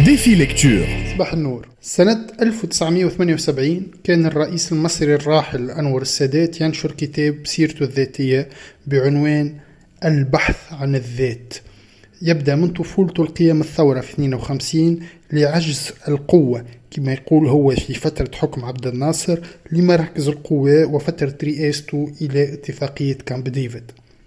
ديفي ليكتور. صباح النور. سنة 1978 كان الرئيس المصري الراحل أنور السادات ينشر كتاب سيرته الذاتية بعنوان البحث عن الذات. يبدأ من طفولته لقيام الثورة في 52 لعجز القوة كما يقول هو في فترة حكم عبد الناصر لمركز القوة وفترة رئاسته إلى اتفاقية كامب ديفيد.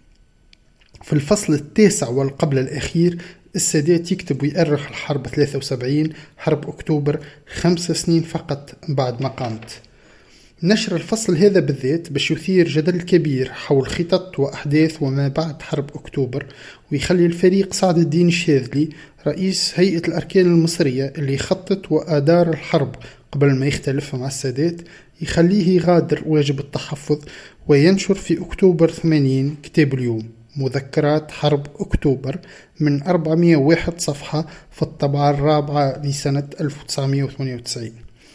في الفصل التاسع والقبل الأخير السادات يكتب ويأرخ الحرب 73 حرب أكتوبر 5 سنين فقط بعد ما قامت. نشر الفصل هذا بالذات باش يثير جدل كبير حول خطط وأحداث وما بعد حرب أكتوبر، ويخلي الفريق سعد الدين الشاذلي رئيس هيئة الأركان المصرية اللي يخطط وأدار الحرب قبل ما يختلف مع السادات يخليه يغادر واجب التحفظ وينشر في أكتوبر 80 كتاب اليوم مذكرات حرب أكتوبر من 401 صفحة في الطبعة الرابعة لسنة 1998.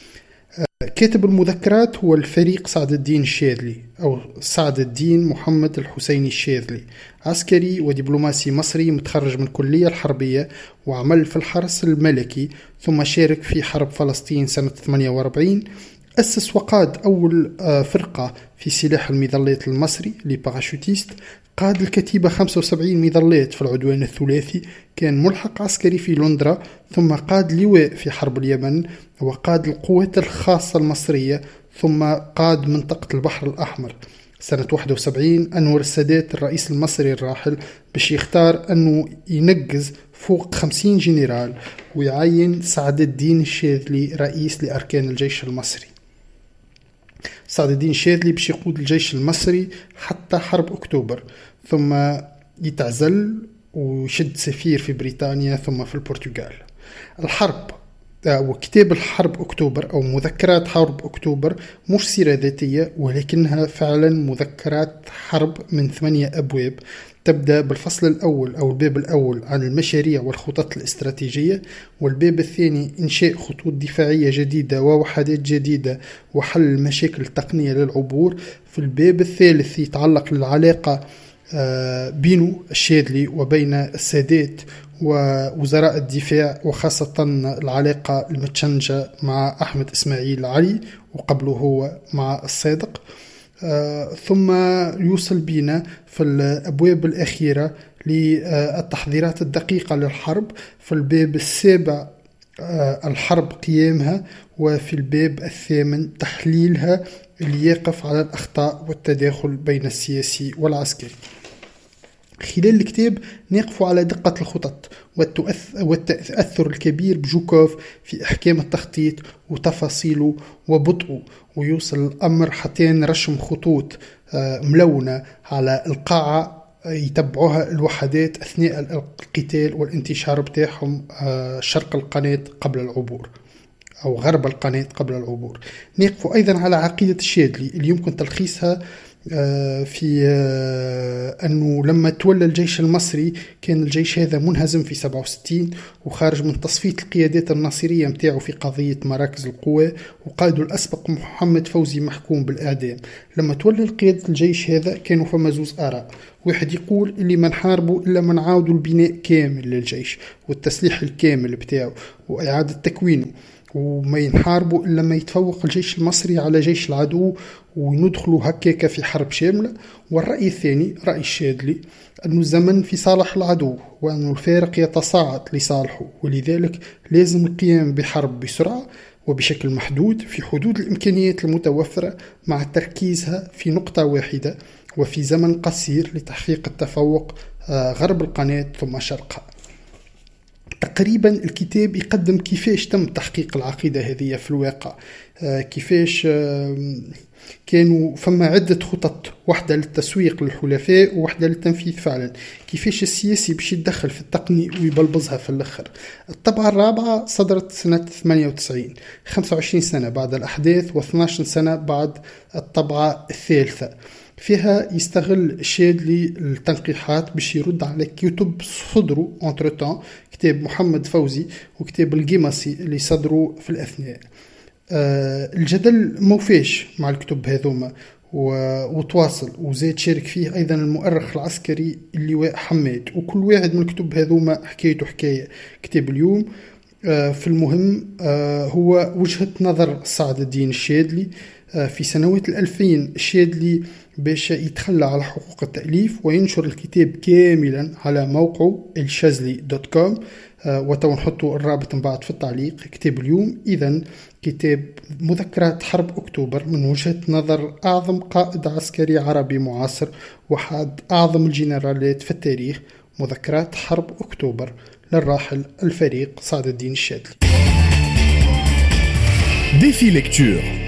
كاتب المذكرات هو الفريق سعد الدين الشاذلي أو سعد الدين محمد الحسيني الشاذلي، عسكري ودبلوماسي مصري متخرج من الكلية الحربية وعمل في الحرس الملكي، ثم شارك في حرب فلسطين سنة 48. أسس وقاد أول فرقة في سلاح المظلات المصري لباراشوتيست، قاد الكتيبة 75 مظلات في العدوان الثلاثي، كان ملحق عسكري في لندرا، ثم قاد لواء في حرب اليمن، وقاد القوات الخاصة المصرية، ثم قاد منطقة البحر الأحمر. سنة 71 أنور السادات الرئيس المصري الراحل باش يختار أنه ينجز فوق 50 جنرال ويعين سعد الدين الشاذلي رئيس لأركان الجيش المصري. سعد الدين الشاذلي باش يقود الجيش المصري حتى حرب أكتوبر، ثم يتعزل ويشد سفير في بريطانيا ثم في البرتغال. الحرب وكتاب الحرب أكتوبر أو مذكرات حرب أكتوبر مش سيرة ذاتية، ولكنها فعلا مذكرات حرب من 8 أبواب. تبدأ بالفصل الأول أو الباب الأول عن المشاريع والخطط الاستراتيجية، والباب الثاني إنشاء خطوط دفاعية جديدة ووحدات جديدة وحل المشاكل التقنية للعبور. في الباب الثالث يتعلق للعلاقة بينه الشاذلي وبين السادات ووزراء الدفاع، وخاصة العلاقة المتشنجة مع أحمد إسماعيل علي وقبله هو مع الصادق. ثم يوصل بنا في الأبواب الأخيرة للتحضيرات الدقيقة للحرب. في الباب السابع الحرب قيامها، وفي الباب الثامن تحليلها اللي يقف على الأخطاء والتداخل بين السياسي والعسكري. خلال الكتاب نقف على دقة الخطط والتأثر الكبير بجوكوف في إحكام التخطيط وتفاصيله وبطئه، ويوصل الأمر حتى نرسم خطوط ملونة على القاعة يتبعوها الوحدات أثناء القتال والانتشار بتاعهم شرق القناة قبل العبور أو غرب القناة قبل العبور. نقف أيضا على عقيدة الشاذلي اللي يمكن تلخيصها في أنه لما تولى الجيش المصري كان الجيش هذا منهزم في 67 وخارج من تصفية القيادات الناصرية متاعه في قضية مراكز القوة، وقائده الأسبق محمد فوزي محكوم بالإعدام. لما تولى قيادة الجيش هذا كانوا فما زوز آراء، واحد يقول اللي ما نحاربوا إلا ما نعاودوا البناء كامل للجيش والتسليح الكامل بتاعه وإعادة تكوينه، وما ينحاربوا إلا ما يتفوق الجيش المصري على جيش العدو وندخلوا هكاك في حرب شاملة. والرأي الثاني رأي الشاذلي أنه الزمن في صالح العدو وأن الفارق يتصاعد لصالحه، ولذلك لازم القيام بحرب بسرعة وبشكل محدود في حدود الإمكانيات المتوفرة مع تركيزها في نقطة واحدة وفي زمن قصير لتحقيق التفوق غرب القناة ثم شرقها. تقريبا الكتاب يقدم كيفاش تم تحقيق العقيدة هذه في الواقع، كيفاش كانوا فما عدة خطط، واحدة للتسويق للحلفاء وواحدة للتنفيذ فعلا، كيفاش السياسي باش يتدخل في التقنية ويبلبزها في الآخر. الطبعة الرابعة صدرت سنة 98، 25 سنة بعد الأحداث و12 سنة بعد الطبعة الثالثة. فيها يستغل الشاذلي التنقيحات باش يرد على كتب صدروا انترتان، كتاب محمد فوزي وكتاب القمصي اللي صدروا في الأثناء. الجدل موفاش مع الكتب هذوما وتواصل، وزاد شارك فيه أيضا المؤرخ العسكري اللواء حماد، وكل واحد من الكتب هذوما حكايته حكاية. كتاب اليوم في المهم هو وجهة نظر سعد الدين الشاذلي. في سنوات 2000 الشاذلي باش يتخلى على حقوق التأليف وينشر الكتاب كاملا على موقعه الشاذلي.com، وتو نحطوا الرابط من بعد في التعليق. كتاب اليوم إذن كتاب مذكرات حرب أكتوبر من وجهة نظر أعظم قائد عسكري عربي معاصر وحد أعظم الجنرالات في التاريخ، مذكرات حرب أكتوبر للراحل الفريق سعد الدين الشاذلي. Défi lecture.